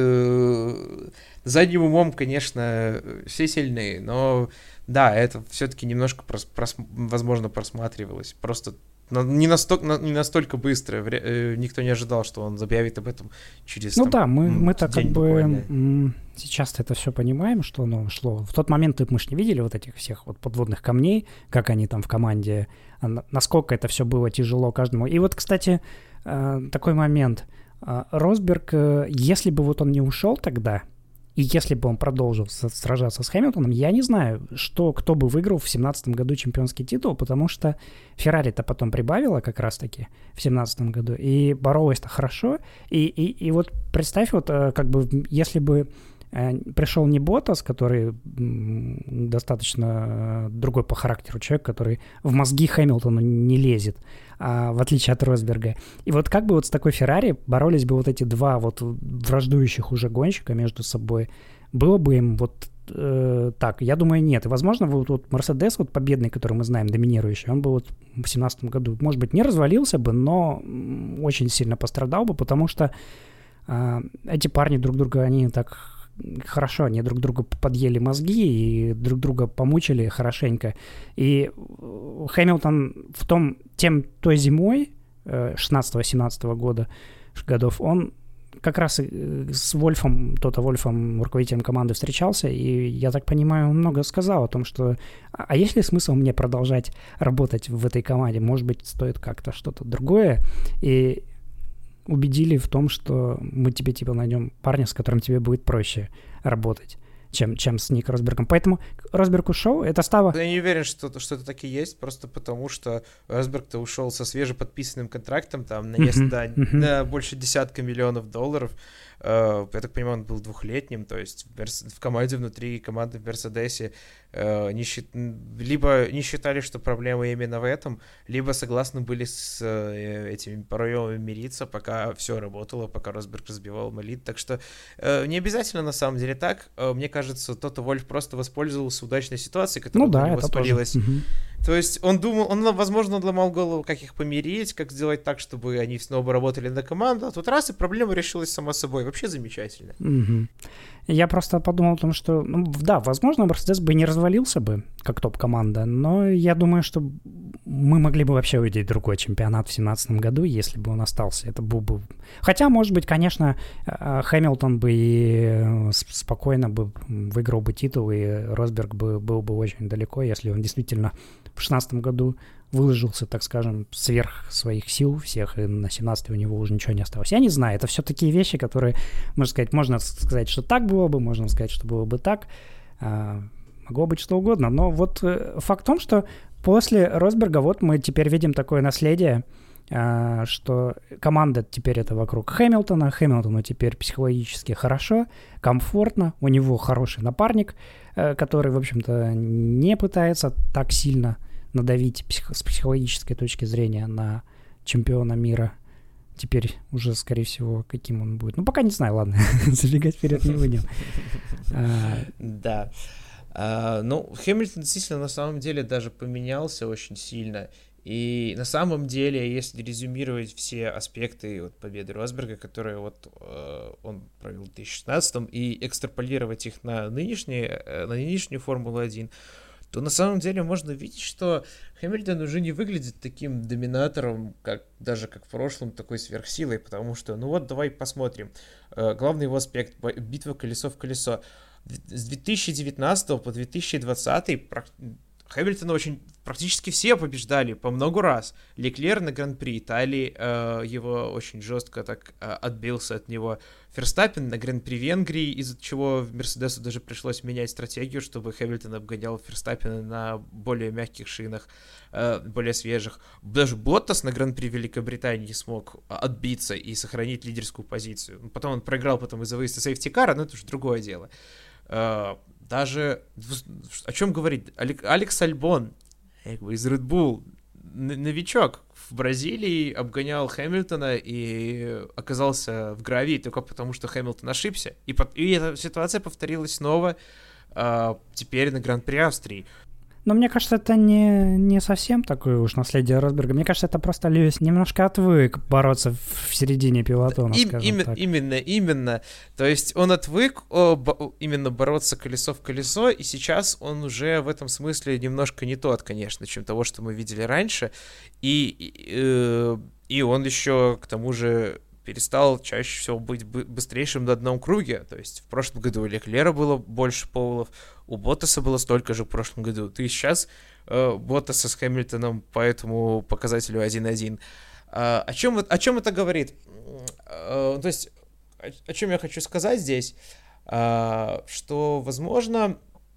э, задним умом, конечно, все сильные, но да, это все-таки немножко, прос, прос, возможно, просматривалось. Просто не настолько, не настолько быстро. Никто не ожидал, что он объявит об этом через Ну там, да, мы, мы-то как бы буквально. Сейчас это все понимаем, что оно шло. В тот момент мы же не видели вот этих всех вот подводных камней, как они там в команде, насколько это все было тяжело каждому. И вот, кстати, такой момент. Росберг, если бы вот он не ушел тогда, и если бы он продолжил сражаться с Хэмилтоном, я не знаю, что, кто бы выиграл в семнадцатом году чемпионский титул, потому что Феррари-то потом прибавила как раз-таки в семнадцатом году, и боролась-то хорошо. И, и, и вот представь, вот как бы если бы пришел не Ботас, который достаточно другой по характеру человек, который в мозги Хэмилтону не лезет, а, в отличие от Росберга. И вот как бы вот с такой Феррари боролись бы вот эти два вот враждующих уже гонщика между собой, было бы им вот э, так? Я думаю, нет. И, возможно, вот, вот Мерседес, вот победный, который мы знаем, доминирующий, он бы вот в семнадцатом году, может быть, не развалился бы, но очень сильно пострадал бы, потому что э, эти парни друг друга, они так... Хорошо, они друг друга подъели мозги и друг друга помучили хорошенько. И Хэмилтон в том, тем, той зимой шестнадцатого-семнадцатого года, годов, он как раз с Вольфом, Тото Вольфом, руководителем команды, встречался, и, я так понимаю, он много сказал о том, что а есть ли смысл мне продолжать работать в этой команде? Может быть, стоит как-то что-то другое? И убедили в том, что мы тебе типа найдем парня, с которым тебе будет проще работать, чем, чем с Нико Росбергом. Поэтому Росберг ушел, это стало... Я не уверен, что, что это так и есть, просто потому что Росберг-то ушел со свежеподписанным контрактом там на, uh-huh, да, uh-huh. на больше десятка миллионов долларов. Uh, я так понимаю, он был двухлетним, то есть в, Мерс... в команде внутри команды в Мерседесе uh, не счит... либо не считали, что проблема именно в этом, либо согласны были с uh, этими проемами мириться, пока все работало, пока Росберг разбивал болид. Так что uh, не обязательно на самом деле так. Uh, мне кажется, Тото Вольф просто воспользовался удачной ситуацией, которая ну, да, у него свалилась. Угу. То есть он думал, он, возможно, ломал голову, как их помирить, как сделать так, чтобы они снова работали на команду. А тут раз, и проблема решилась сама собой. Вообще замечательно. Угу. Я просто подумал о том, что, ну, да, возможно, Мерседес бы не развалился бы, как топ-команда, но я думаю, что мы могли бы вообще увидеть другой чемпионат в семнадцатом году, если бы он остался. Это был бы... Хотя, может быть, конечно, Хэмилтон бы и спокойно бы выиграл бы титул, и Росберг бы был бы очень далеко, если он действительно в шестнадцатом году выложился, так скажем, сверх своих сил всех, и на семнадцатом у него уже ничего не осталось. Я не знаю, это все такие вещи, которые, можно сказать, можно сказать, что так было бы, можно сказать, что было бы так, а, могло быть что угодно, но вот факт в том, что после Росберга вот мы теперь видим такое наследие, а, что команда теперь это вокруг Хэмилтона, Хэмилтону теперь психологически хорошо, комфортно, у него хороший напарник, который, в общем-то, не пытается так сильно надавить псих- с психологической точки зрения на чемпиона мира. теперь уже, скорее всего, каким он будет. Ну, пока не знаю, ладно, забегать вперед не будем. Да. Ну, Хэмилтон действительно на самом деле даже поменялся очень сильно. И на самом деле, если резюмировать все аспекты вот победы Росберга, которые вот э, он провел в две тысячи шестнадцатом, и экстраполировать их на, нынешние, на нынешнюю Формулу один, то на самом деле можно видеть, что Хэмилтон уже не выглядит таким доминатором, как даже как в прошлом, такой сверхсилой, потому что, ну вот, давай посмотрим. Э, главный его аспект — битва колесо в колесо. С две тысячи девятнадцатого по две тысячи двадцатый Хэмилтона очень практически все побеждали по много раз. Леклер на Гран-при Италии э, его очень жестко так э, отбился от него. Ферстаппен на Гран-при Венгрии, из-за чего Мерседесу даже пришлось менять стратегию, чтобы Хэмилтон обгонял Ферстаппена на более мягких шинах, э, более свежих. Даже Боттас на Гран-при Великобритании смог отбиться и сохранить лидерскую позицию. Потом он проиграл потом из-за выезда сейфти-кара, но это уже другое дело. Э, Даже, о чем говорить, Алекс Альбон, как бы из Red Bull, новичок в Бразилии, обгонял Хэмилтона и оказался в гравии только потому, что Хэмилтон ошибся. И, и эта ситуация повторилась снова а, теперь на Гран-при Австрии. Но мне кажется, это не, не совсем такое уж наследие Росберга. Мне кажется, это просто Льюис немножко отвык бороться в середине пилотона, Им, скажем именно, так. Именно, именно. То есть он отвык о, бо, именно бороться колесо в колесо, и сейчас он уже в этом смысле немножко не тот, конечно, чем того, что мы видели раньше. И, и, э, и он еще, к тому же, перестал чаще всего быть быстрейшим на одном круге. То есть в прошлом году у Леклера было больше полов, у Боттаса было столько же в прошлом году. Ты сейчас э, Боттаса с Хэмилтоном по этому показателю один один. А, о, чем, о чем это говорит? А, то есть, о, о чем я хочу сказать здесь? А, что, возможно,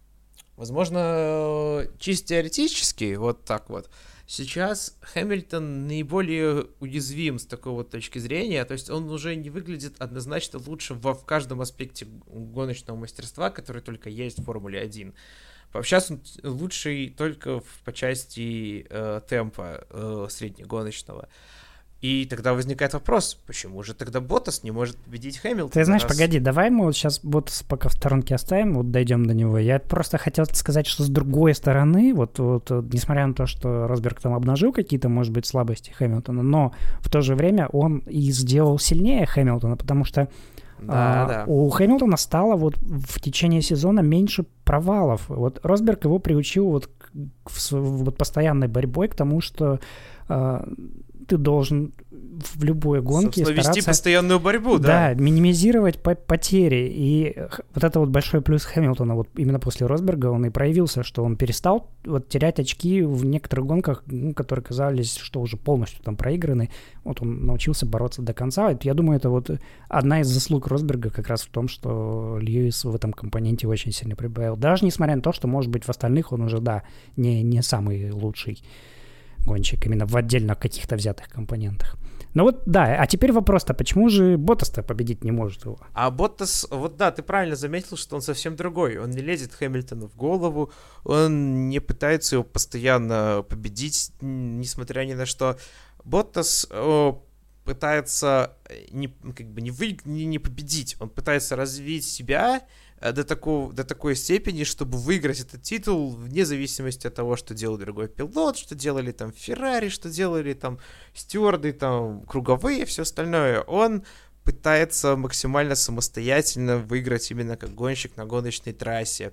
возможно, чисто теоретически, вот так вот, сейчас Хэмилтон наиболее уязвим с такой вот точки зрения, то есть он уже не выглядит однозначно лучше во, в каждом аспекте гоночного мастерства, который только есть в Формуле один. Сейчас он лучший только в, по части э, темпа э, среднегоночного. И тогда возникает вопрос, почему же тогда Боттас не может победить Хэмилтона? Ты знаешь, раз... погоди, давай мы вот сейчас Боттас пока в сторонке оставим, вот дойдем до него. Я просто хотел сказать, что с другой стороны, вот, вот несмотря на то, что Росберг там обнажил какие-то, может быть, слабости Хэмилтона, но в то же время он и сделал сильнее Хэмилтона, потому что да, а, да. у Хэмилтона стало вот в течение сезона меньше провалов. Вот Росберг его приучил вот к в, вот постоянной борьбой к тому, что а, ты должен в любой гонке Собственно, стараться... вести постоянную борьбу, да? Да, минимизировать потери. И вот это вот большой плюс Хэмилтона. Вот именно после Росберга он и проявился, что он перестал вот терять очки в некоторых гонках, ну, которые казались, что уже полностью там проиграны. Вот он научился бороться до конца. Я думаю, это вот одна из заслуг Росберга как раз в том, что Льюис в этом компоненте очень сильно прибавил. Даже несмотря на то, что, может быть, в остальных он уже, да, не, не самый лучший гонщик, именно в отдельно каких-то взятых компонентах. Ну вот, да, а теперь вопрос-то, почему же Боттас-то победить не может его? А Боттас, вот да, ты правильно заметил, что он совсем другой. Он не лезет Хэмилтону в голову, он не пытается его постоянно победить, несмотря ни на что. Боттас о, пытается не, как бы не, вы, не, не победить, он пытается развить себя до, такого, до такой степени, чтобы выиграть этот титул вне зависимости от того, что делал другой пилот, что делали там Феррари, что делали там стюарды, там круговые, все остальное. Он пытается максимально самостоятельно выиграть именно как гонщик на гоночной трассе.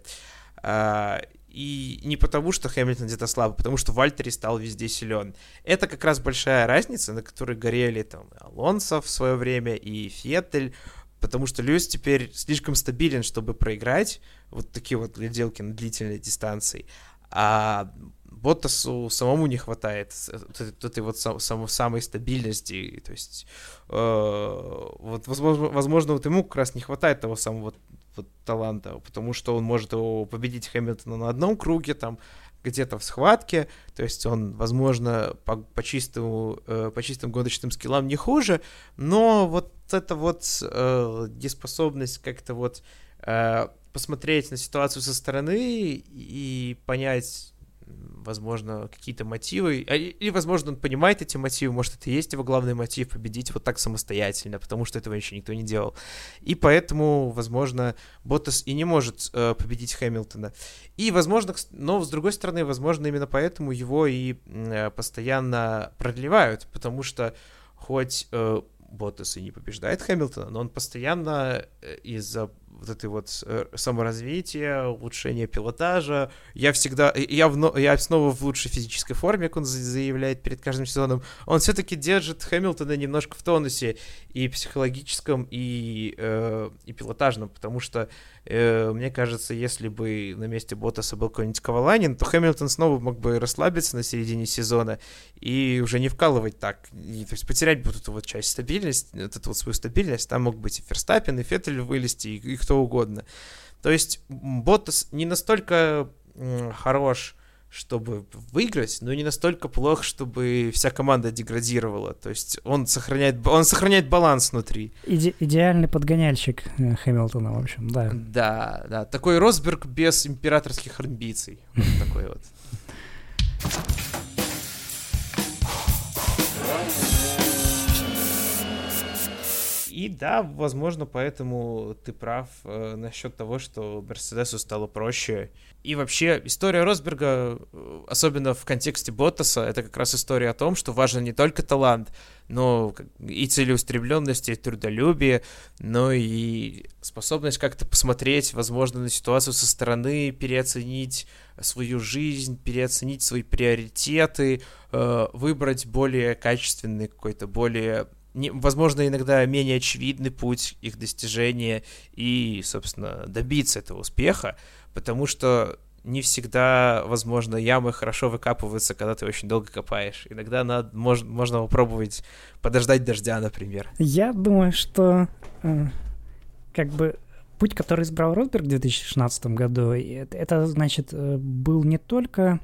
И не потому, что Хэмилтон где-то слабый, потому что Вальтери стал везде силен. Это как раз большая разница, на которой горели там Алонсо в свое время и Феттель, потому что Льюис теперь слишком стабилен, чтобы проиграть вот такие вот гляделки на длительной дистанции. А Боттасу самому не хватает этой вот сам, самой стабильности. То есть, э, вот, возможно, возможно, вот ему как раз не хватает того самого вот, таланта, потому что он может его победить Хэмилтона на одном круге, там, где-то в схватке, то есть он, возможно, по, по, чистому, э, по чистым гоночным скиллам не хуже, но вот эта вот э, неспособность как-то вот э, посмотреть на ситуацию со стороны и понять, возможно, какие-то мотивы, или, возможно, он понимает эти мотивы, может, это и есть его главный мотив — победить вот так самостоятельно, потому что этого еще никто не делал. И поэтому, возможно, Боттас и не может э, победить Хэмилтона. И, возможно, но, с другой стороны, возможно, именно поэтому его и э, постоянно продлевают, потому что хоть э, Боттас и не побеждает Хэмилтона, но он постоянно э, из-за вот этой вот э, саморазвития, улучшения пилотажа. Я всегда... Я, в, я снова в лучшей физической форме, как он заявляет перед каждым сезоном. Он все-таки держит Хэмилтона немножко в тонусе и психологическом, и, э, и пилотажном, потому что, э, мне кажется, если бы на месте Боттаса был какой-нибудь Коваланин, то Хэмилтон снова мог бы расслабиться на середине сезона и уже не вкалывать так. И, то есть потерять вот эту вот часть стабильности, вот эту вот свою стабильность. Там мог быть и Ферстаппен, и Феттель вылезти, и, и кто угодно. То есть Боттас не настолько м, хорош, чтобы выиграть, но не настолько плох, чтобы вся команда деградировала. То есть он сохраняет, он сохраняет баланс внутри. Иде- идеальный подгоняльщик Хэмилтона, в общем, да. Да, да. Такой Росберг без императорских амбиций. Вот такой вот. И да, возможно, поэтому ты прав э, насчет того, что Мерседесу стало проще. И вообще, история Росберга, особенно в контексте Боттаса, это как раз история о том, что важен не только талант, но и целеустремленность, и трудолюбие, но и способность как-то посмотреть, возможно, на ситуацию со стороны, переоценить свою жизнь, переоценить свои приоритеты, э, выбрать более качественный какой-то, более... Не, возможно, иногда менее очевидный путь их достижения и, собственно, добиться этого успеха, потому что не всегда, возможно, ямы хорошо выкапываются, когда ты очень долго копаешь. Иногда надо, мож, можно попробовать подождать дождя, например. Я думаю, что э, как бы путь, который избрал Росберг в две тысячи шестнадцатом году, это, это значит, был не только,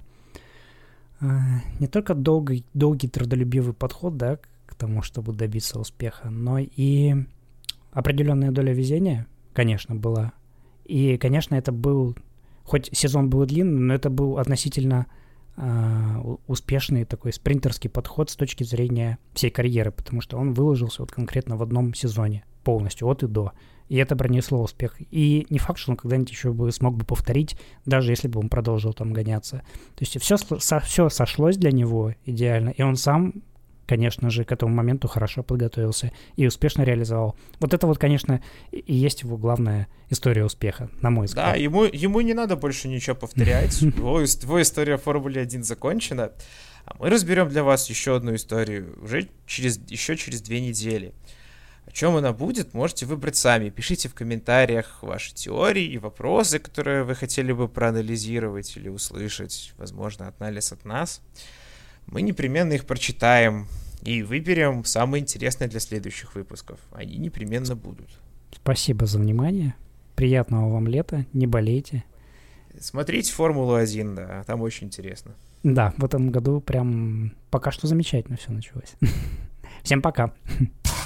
э, не только долгий, долгий трудолюбивый подход, да, к тому, чтобы добиться успеха, но и определенная доля везения, конечно, была. И, конечно, это был, хоть сезон был длинный, но это был относительно э, успешный такой спринтерский подход с точки зрения всей карьеры, потому что он выложился вот конкретно в одном сезоне полностью, от и до. И это принесло успех. И не факт, что он когда-нибудь еще бы смог бы повторить, даже если бы он продолжил там гоняться. То есть все, со, все сошлось для него идеально, и он сам, конечно же, к этому моменту хорошо подготовился и успешно реализовал. Вот это вот, конечно, и есть его главная история успеха, на мой взгляд. Да, ему, ему не надо больше ничего повторять. Его, его история Формулы один закончена. А мы разберем для вас еще одну историю уже через, еще через две недели. О чем она будет, можете выбрать сами. Пишите в комментариях ваши теории и вопросы, которые вы хотели бы проанализировать или услышать, возможно, анализ от нас. Мы непременно их прочитаем и выберем самые интересные для следующих выпусков. Они непременно будут. Спасибо за внимание. Приятного вам лета. Не болейте. Смотрите Формулу один, да, там очень интересно. Да, в этом году прям пока что замечательно все началось. Всем пока.